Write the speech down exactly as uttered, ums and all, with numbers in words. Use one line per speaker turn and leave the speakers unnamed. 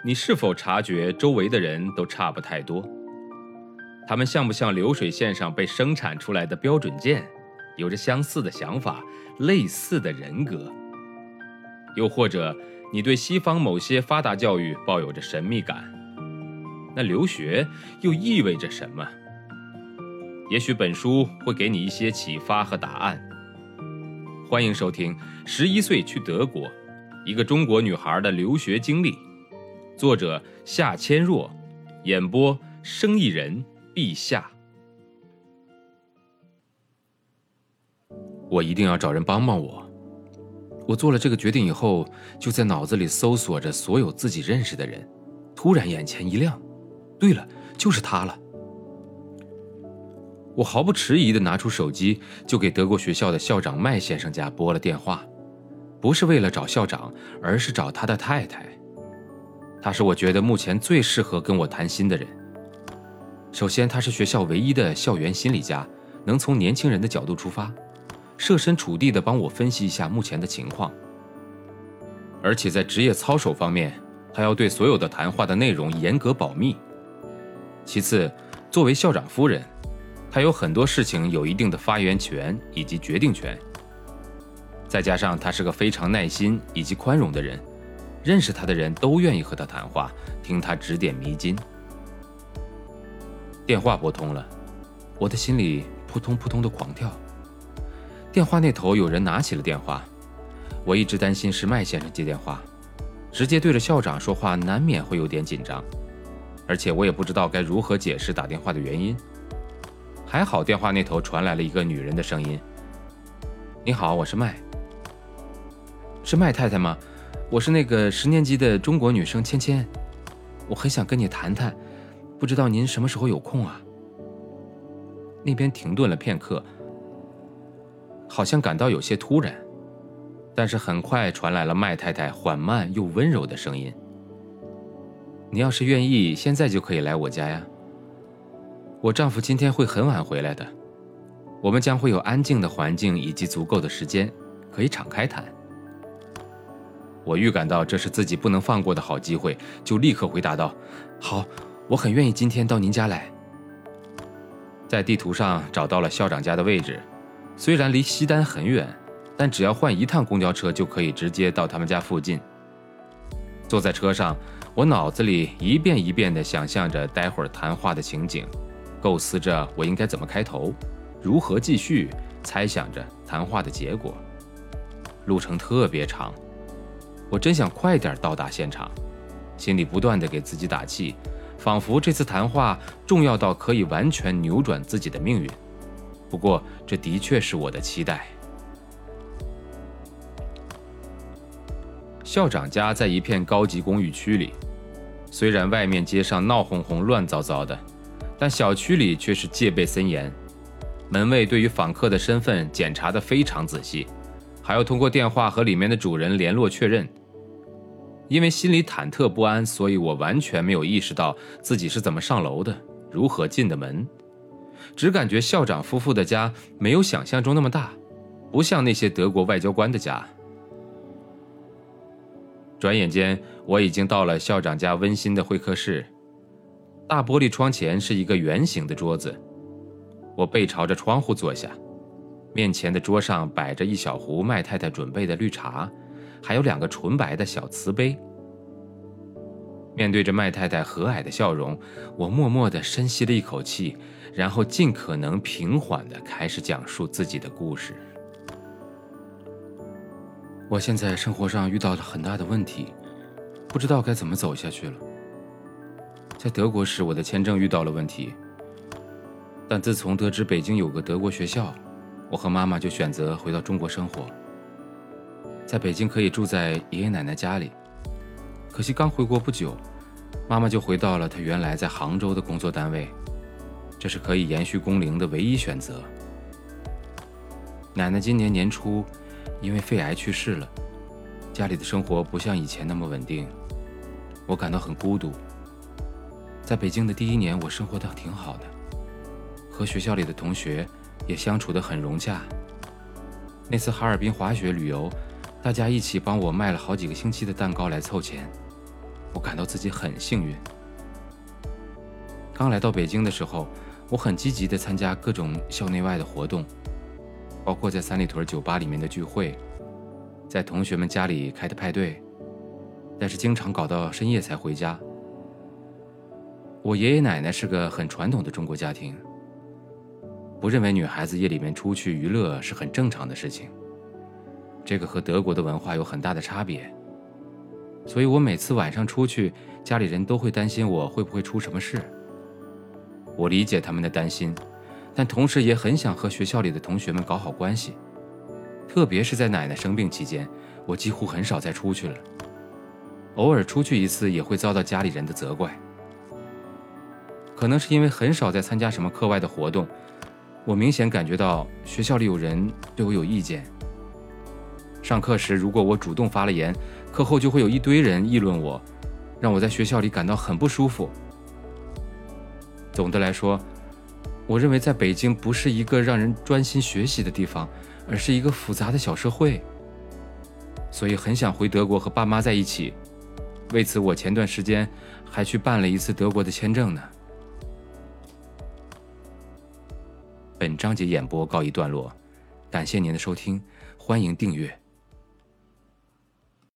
你是否察觉周围的人都差不太多？他们像不像流水线上被生产出来的标准件，有着相似的想法，类似的人格？又或者你对西方某些发达教育抱有着神秘感？那留学又意味着什么？也许本书会给你一些启发和答案。欢迎收听《十一岁去德国：一个中国女孩的留学经历》，作者夏千若，演播生意人陛下。我一定要找人帮帮我。我做了这个决定以后，就在脑子里搜索着所有自己认识的人，突然眼前一亮，对了，就是他了。我毫不迟疑地拿出手机，就给德国学校的校长麦先生家拨了电话，不是为了找校长，而是找他的太太。他是我觉得目前最适合跟我谈心的人。首先，他是学校唯一的校园心理家，能从年轻人的角度出发，设身处地地帮我分析一下目前的情况。而且在职业操守方面，他要对所有的谈话的内容严格保密。其次，作为校长夫人，他有很多事情有一定的发言权以及决定权。再加上他是个非常耐心以及宽容的人，认识他的人都愿意和他谈话，听他指点迷津。电话拨通了，我的心里扑通扑通的狂跳。电话那头有人拿起了电话，我一直担心是麦先生接电话，直接对着校长说话难免会有点紧张，而且我也不知道该如何解释打电话的原因。还好电话那头传来了一个女人的声音：“你好，我是麦。”“是麦太太吗？我是那个十年级的中国女生芊芊，我很想跟你谈谈，不知道您什么时候有空啊？”那边停顿了片刻，好像感到有些突然，但是很快传来了麦太太缓慢又温柔的声音：“你要是愿意，现在就可以来我家呀。我丈夫今天会很晚回来的，我们将会有安静的环境以及足够的时间，可以敞开谈。”我预感到这是自己不能放过的好机会，就立刻回答道：“好，我很愿意今天到您家来。”在地图上找到了校长家的位置，虽然离西单很远，但只要换一趟公交车就可以直接到他们家附近。坐在车上，我脑子里一遍一遍地想象着待会儿谈话的情景，构思着我应该怎么开头，如何继续，猜想着谈话的结果。路程特别长，我真想快点到达现场，心里不断地给自己打气，仿佛这次谈话重要到可以完全扭转自己的命运。不过这的确是我的期待。校长家在一片高级公寓区里，虽然外面街上闹哄哄乱糟糟的，但小区里却是戒备森严，门卫对于访客的身份检查得非常仔细，还要通过电话和里面的主人联络确认。因为心里忐忑不安，所以我完全没有意识到自己是怎么上楼的，如何进的门，只感觉校长夫妇的家没有想象中那么大，不像那些德国外交官的家。转眼间，我已经到了校长家温馨的会客室。大玻璃窗前是一个圆形的桌子，我背朝着窗户坐下，面前的桌上摆着一小壶麦太太准备的绿茶，还有两个纯白的小瓷杯。面对着麦太太和蔼的笑容，我默默地深吸了一口气，然后尽可能平缓地开始讲述自己的故事。我现在生活上遇到了很大的问题，不知道该怎么走下去了。在德国时，我的签证遇到了问题，但自从得知北京有个德国学校，我和妈妈就选择回到中国生活。在北京可以住在爷爷奶奶家里，可惜刚回国不久，妈妈就回到了她原来在杭州的工作单位，这是可以延续工龄的唯一选择。奶奶今年年初因为肺癌去世了，家里的生活不像以前那么稳定，我感到很孤独。在北京的第一年，我生活得挺好的，和学校里的同学也相处得很融洽。那次哈尔滨滑雪旅游，大家一起帮我卖了好几个星期的蛋糕来凑钱。 我感到自己很幸运。刚来到北京的时候，我很积极地参加各种校内外的活动，包括在三里屯酒吧里面的聚会，在同学们家里开的派对，但是经常搞到深夜才回家。我爷爷奶奶是个很传统的中国家庭，不认为女孩子夜里面出去娱乐是很正常的事情，这个和德国的文化有很大的差别。所以我每次晚上出去，家里人都会担心我会不会出什么事。我理解他们的担心，但同时也很想和学校里的同学们搞好关系，特别是在奶奶生病期间，我几乎很少再出去了，偶尔出去一次也会遭到家里人的责怪。可能是因为很少在参加什么课外的活动，我明显感觉到学校里有人对我有意见。上课时如果我主动发了言，课后就会有一堆人议论我，让我在学校里感到很不舒服。总的来说，我认为在北京不是一个让人专心学习的地方，而是一个复杂的小社会。所以很想回德国和爸妈在一起，为此我前段时间还去办了一次德国的签证呢。本章节演播告一段落，感谢您的收听，欢迎订阅。